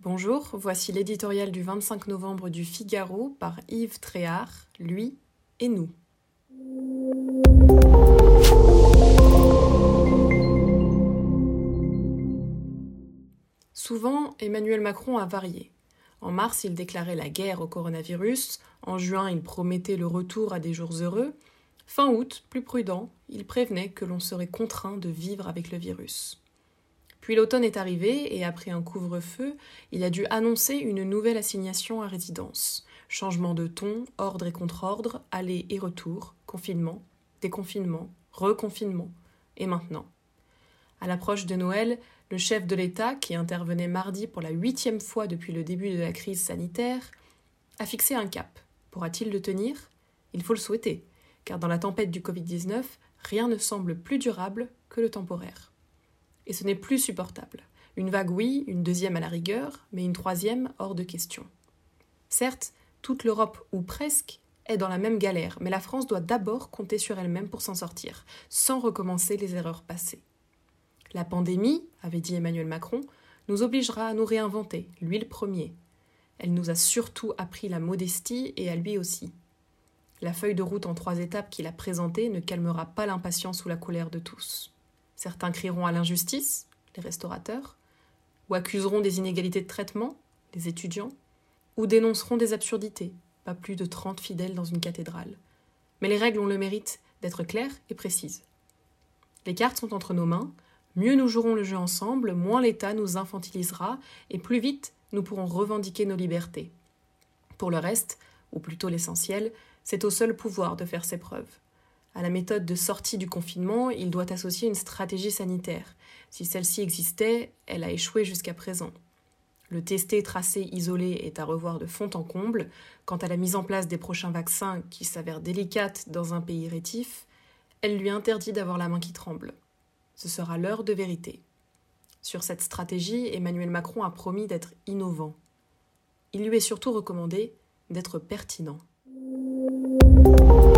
Bonjour, voici l'éditorial du 25 novembre du Figaro par Yves Tréhard, Lui et nous. Souvent, Emmanuel Macron a varié. En mars, il déclarait la guerre au coronavirus. En juin, il promettait le retour à des jours heureux. Fin août, plus prudent, il prévenait que l'on serait contraint de vivre avec le virus. Puis l'automne est arrivé et après un couvre-feu, il a dû annoncer une nouvelle assignation à résidence. Changement de ton, ordre et contre-ordre, aller et retour, confinement, déconfinement, reconfinement. Et maintenant ? À l'approche de Noël, le chef de l'État, qui intervenait mardi pour la 8e fois depuis le début de la crise sanitaire, a fixé un cap. Pourra-t-il le tenir ? Il faut le souhaiter, car dans la tempête du Covid-19, rien ne semble plus durable que le temporaire. Et ce n'est plus supportable. Une vague oui, une deuxième à la rigueur, mais une troisième hors de question. Certes, toute l'Europe, ou presque, est dans la même galère, mais la France doit d'abord compter sur elle-même pour s'en sortir, sans recommencer les erreurs passées. La pandémie, avait dit Emmanuel Macron, nous obligera à nous réinventer, lui le premier. Elle nous a surtout appris la modestie et à lui aussi. La feuille de route en 3 étapes qu'il a présentée ne calmera pas l'impatience ou la colère de tous. Certains crieront à l'injustice, les restaurateurs, ou accuseront des inégalités de traitement, les étudiants, ou dénonceront des absurdités, pas plus de 30 fidèles dans une cathédrale. Mais les règles ont le mérite d'être claires et précises. Les cartes sont entre nos mains. Mieux nous jouerons le jeu ensemble, moins l'État nous infantilisera et plus vite nous pourrons revendiquer nos libertés. Pour le reste, ou plutôt l'essentiel, c'est au seul pouvoir de faire ses preuves. À la méthode de sortie du confinement, il doit associer une stratégie sanitaire. Si celle-ci existait, elle a échoué jusqu'à présent. Le tester, tracer, isoler est à revoir de fond en comble. Quant à la mise en place des prochains vaccins qui s'avèrent délicates dans un pays rétif, elle lui interdit d'avoir la main qui tremble. Ce sera l'heure de vérité. Sur cette stratégie, Emmanuel Macron a promis d'être innovant. Il lui est surtout recommandé d'être pertinent.